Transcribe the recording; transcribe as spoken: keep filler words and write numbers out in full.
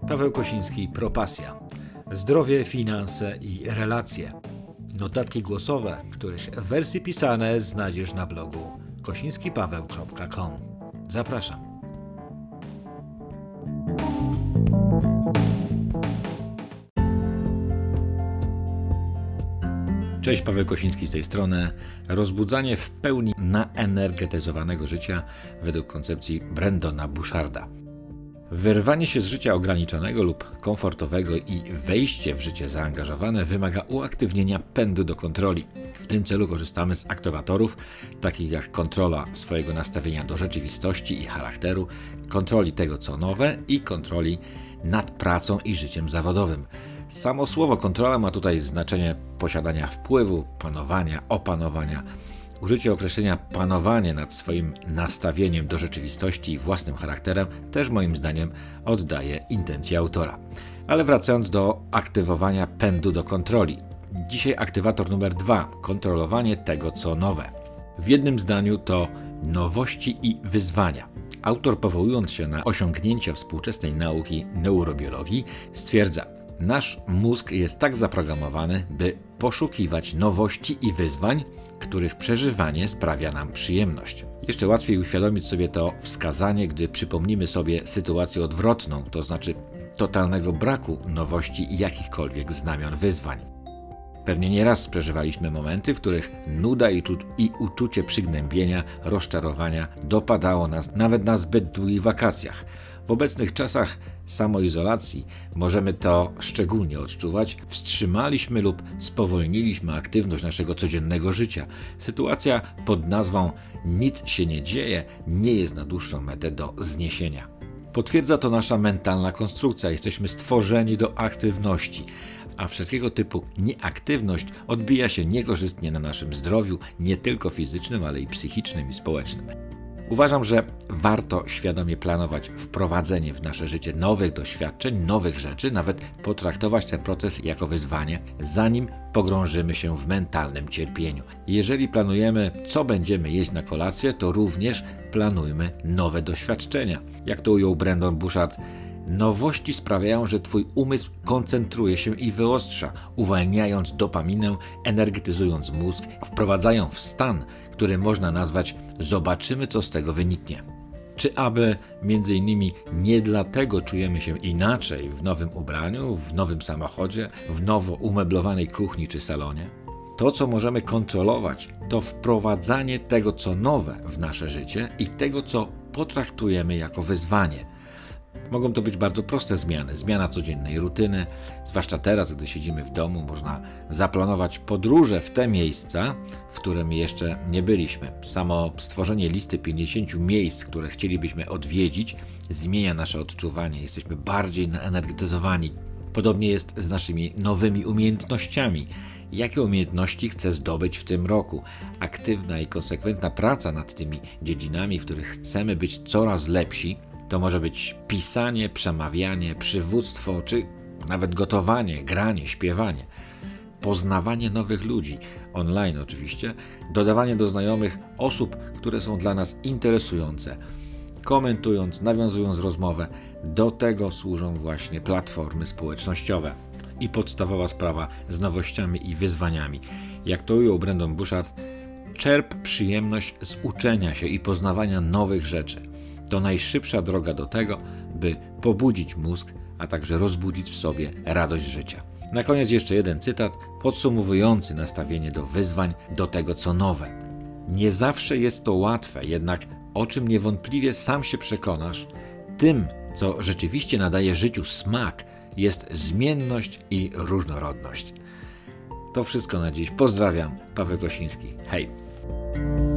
Paweł Kosiński, Propasja. Zdrowie, finanse i relacje. Notatki głosowe, których wersje pisane znajdziesz na blogu kosiński paweł kropka com. Zapraszam. Cześć, Paweł Kosiński z tej strony. Rozbudzanie w pełni naenergetyzowanego życia według koncepcji Brendona Burcharda. Wyrwanie się z życia ograniczonego lub komfortowego i wejście w życie zaangażowane wymaga uaktywnienia pędu do kontroli. W tym celu korzystamy z aktywatorów, takich jak kontrola swojego nastawienia do rzeczywistości i charakteru, kontroli tego co nowe i kontroli nad pracą i życiem zawodowym. Samo słowo kontrola ma tutaj znaczenie posiadania wpływu, panowania, opanowania. Użycie określenia panowanie nad swoim nastawieniem do rzeczywistości i własnym charakterem też moim zdaniem oddaje intencję autora. Ale wracając do aktywowania pędu do kontroli. Dzisiaj aktywator numer dwa. Kontrolowanie tego co nowe. W jednym zdaniu to nowości i wyzwania. Autor, powołując się na osiągnięcia współczesnej nauki neurobiologii, stwierdza: nasz mózg jest tak zaprogramowany, by poszukiwać nowości i wyzwań, których przeżywanie sprawia nam przyjemność. Jeszcze łatwiej uświadomić sobie to wskazanie, gdy przypomnimy sobie sytuację odwrotną, to znaczy totalnego braku nowości i jakichkolwiek znamion wyzwań. Pewnie nieraz przeżywaliśmy momenty, w których nuda i, czu- i uczucie przygnębienia, rozczarowania dopadało nas nawet na zbyt długich wakacjach. W obecnych czasach samoizolacji możemy to szczególnie odczuwać. Wstrzymaliśmy lub spowolniliśmy aktywność naszego codziennego życia. Sytuacja pod nazwą nic się nie dzieje nie jest na dłuższą metę do zniesienia. Potwierdza to nasza mentalna konstrukcja. Jesteśmy stworzeni do aktywności, a wszelkiego typu nieaktywność odbija się niekorzystnie na naszym zdrowiu, nie tylko fizycznym, ale i psychicznym i społecznym. Uważam, że warto świadomie planować wprowadzenie w nasze życie nowych doświadczeń, nowych rzeczy, nawet potraktować ten proces jako wyzwanie, zanim pogrążymy się w mentalnym cierpieniu. Jeżeli planujemy, co będziemy jeść na kolację, to również planujmy nowe doświadczenia. Jak to ujął Brendon Burchard, nowości sprawiają, że twój umysł koncentruje się i wyostrza, uwalniając dopaminę, energetyzując mózg, wprowadzają w stan, który można nazwać zobaczymy, co z tego wyniknie. Czy aby między innymi nie dlatego czujemy się inaczej w nowym ubraniu, w nowym samochodzie, w nowo umeblowanej kuchni czy salonie? To, co możemy kontrolować, to wprowadzanie tego, co nowe w nasze życie i tego, co potraktujemy jako wyzwanie. Mogą to być bardzo proste zmiany, zmiana codziennej rutyny, zwłaszcza teraz, gdy siedzimy w domu, można zaplanować podróże w te miejsca, w którym jeszcze nie byliśmy. Samo stworzenie listy pięćdziesięciu miejsc, które chcielibyśmy odwiedzić, zmienia nasze odczuwanie, jesteśmy bardziej naenergetyzowani. Podobnie jest z naszymi nowymi umiejętnościami. Jakie umiejętności chcę zdobyć w tym roku? Aktywna i konsekwentna praca nad tymi dziedzinami, w których chcemy być coraz lepsi, to może być pisanie, przemawianie, przywództwo, czy nawet gotowanie, granie, śpiewanie. Poznawanie nowych ludzi, online oczywiście, dodawanie do znajomych osób, które są dla nas interesujące. Komentując, nawiązując rozmowę, do tego służą właśnie platformy społecznościowe. I podstawowa sprawa z nowościami i wyzwaniami. Jak to ujął Brendon Burchard, czerp przyjemność z uczenia się i poznawania nowych rzeczy. To najszybsza droga do tego, by pobudzić mózg, a także rozbudzić w sobie radość życia. Na koniec jeszcze jeden cytat podsumowujący nastawienie do wyzwań, do tego co nowe. Nie zawsze jest to łatwe, jednak o czym niewątpliwie sam się przekonasz, tym, co rzeczywiście nadaje życiu smak, jest zmienność i różnorodność. To wszystko na dziś. Pozdrawiam, Paweł Kosiński. Hej!